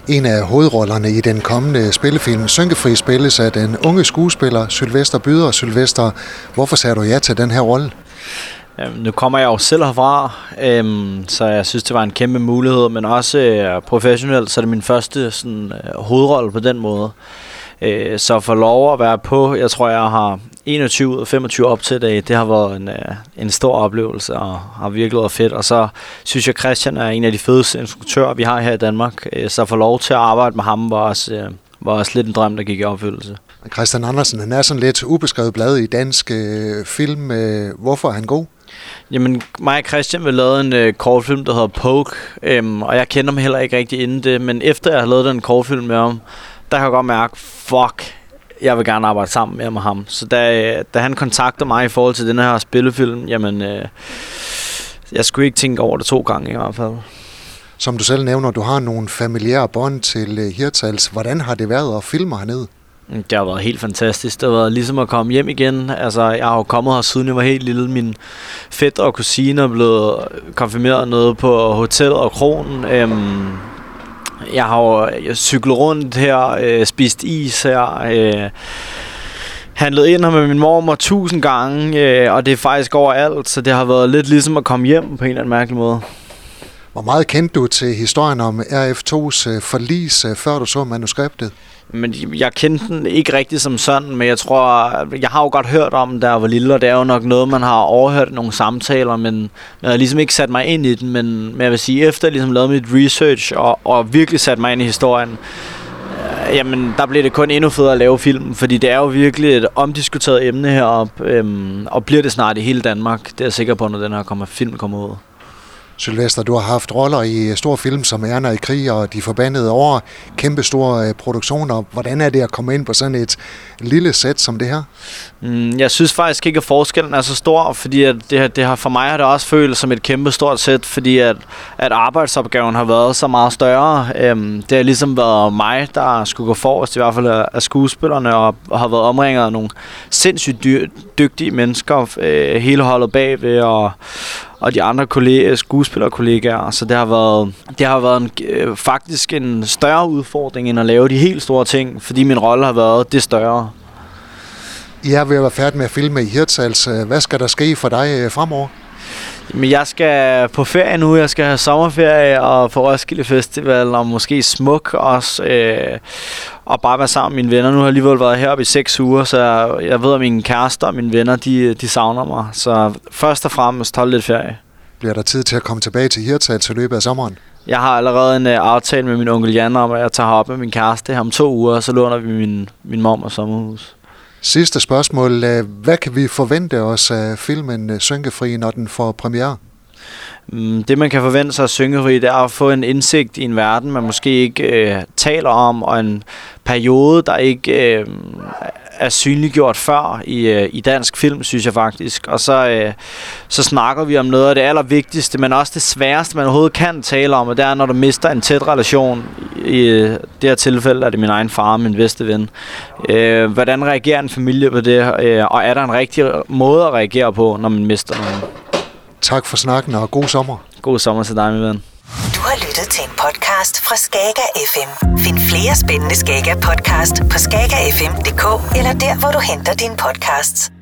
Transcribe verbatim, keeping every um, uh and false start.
En af hovedrollerne i den kommende spillefilm Synkefri spilles af den unge skuespiller Sylvester Byder. Sylvester, hvorfor sagde du ja til den her rolle? Øhm, nu kommer jeg jo selv herfra, øhm, så jeg synes, det var en kæmpe mulighed, men også øh, professionelt, så er det min første sådan, øh, hovedrolle på den måde. Øh, så for lov at være på, jeg tror, jeg har enogtyve ud af femogtyve op til det, det har været en, øh, en stor oplevelse og har virkelig været fedt. Og så synes jeg, Christian er en af de fedeste instruktører, vi har her i Danmark, øh, så for lov til at arbejde med ham var også, øh, var også lidt en drøm, der gik i opfyldelse. Christian Andersen, han er sådan lidt ubeskrevet blad i dansk øh, film. Øh, hvorfor er han god? Jamen, mig og Christian vil lave en øh, kortfilm, der hedder Poke, øhm, og jeg kender ham heller ikke rigtig inden det, men efter jeg har lavet den kortfilm med ham, der kan jeg godt mærke, fuck, jeg vil gerne arbejde sammen med, med ham. Så da, da han kontakter mig i forhold til den her spillefilm, jamen, øh, jeg skulle ikke tænke over det to gange i hvert fald. Som du selv nævner, du har nogle familiære bånd til øh, Hirtshals. Hvordan har det været at filme hernede? Det har været helt fantastisk. Det har været ligesom at komme hjem igen. Altså, jeg har jo kommet her siden jeg var helt lille. Min fætter og kusine er blevet konfirmeret nede på hotel og kronen. Øhm, jeg har jo jeg cyklet rundt her, øh, spist is her, øh, handlet ind her med min mormor tusind gange, øh, og det er faktisk overalt, så det har været lidt ligesom at komme hjem på en eller anden mærkelig måde. Hvor meget kendte du til historien om R F to's øh, forlis, øh, før du så manuskriptet? Men jeg kendte den ikke rigtig som sådan, men jeg tror, jeg har jo godt hørt om den, da jeg var lille, og det er jo nok noget, man har overhørt i nogle samtaler, men, men jeg har ligesom ikke sat mig ind i den, men, men jeg vil sige, efter jeg ligesom lavede mit research og, og virkelig sat mig ind i historien, øh, jamen der blev det kun endnu federe at lave filmen, fordi det er jo virkelig et omdiskuteret emne heroppe, øhm, og bliver det snart i hele Danmark, det er jeg sikker på, når den her kommer, film kommer ud. Sylvester, du har haft roller i store film som Erna i krig og De forbandede år, kæmpe store produktioner. Hvordan er det at komme ind på sådan et lille sæt som det her? Mm, jeg synes faktisk ikke, at forskellen er så stor, fordi at det, det har, for mig har det også følt som et kæmpe stort sæt, fordi at, at arbejdsopgaven har været så meget større. Øhm, det har ligesom været mig, der skulle gå forrest, i hvert fald af skuespillerne, og, og har været omringet af nogle sindssygt dy- dygtige mennesker, øh, hele holdet bagved, og og de andre kolleger, skuespillerkollegaer, så det har været, det har været en, øh, faktisk en større udfordring end at lave de helt store ting, fordi min rolle har været det større. I er ved at være færdig med at filme i Hirtshals. Hvad skal der ske for dig fremover? Men jeg skal på ferie nu, jeg skal have sommerferie og på Roskilde Festival, og måske Smuk også, øh, og bare være sammen med mine venner. Nu har jeg alligevel været heroppe i seks uger, så jeg, jeg ved, at mine kærester og mine venner, de, de savner mig. Så først og fremmest holde lidt ferie. Bliver der tid til at komme tilbage til Hirtshals i løbet af sommeren? Jeg har allerede en uh, aftale med min onkel Jan om, at jeg tager op med min kæreste om to uger, og så låner vi min, min mor og sommerhus. Sidste spørgsmål. Hvad kan vi forvente os af filmen Synkefri, når den får premiere? Det, man kan forvente sig af Synkefri, det er at få en indsigt i en verden, man måske ikke øh, taler om, og en periode, der ikke øh, er synliggjort før i, øh, i dansk film, synes jeg faktisk. Og så, øh, så snakker vi om noget af det allervigtigste, men også det sværeste, man overhovedet kan tale om, og det er, når du mister en tæt relation. I det her tilfælde er det min egen far, min bedste ven. Øh, hvordan reagerer en familie på det, øh, og er der en rigtig måde at reagere på, når man mister nogen? Tak for snakken, og god sommer. God sommer til dig, min ven. Du har lyttet til en podcast fra Skager F M. Find flere spændende Skager podcast på skager f m punktum d k eller der, hvor du henter dine podcasts.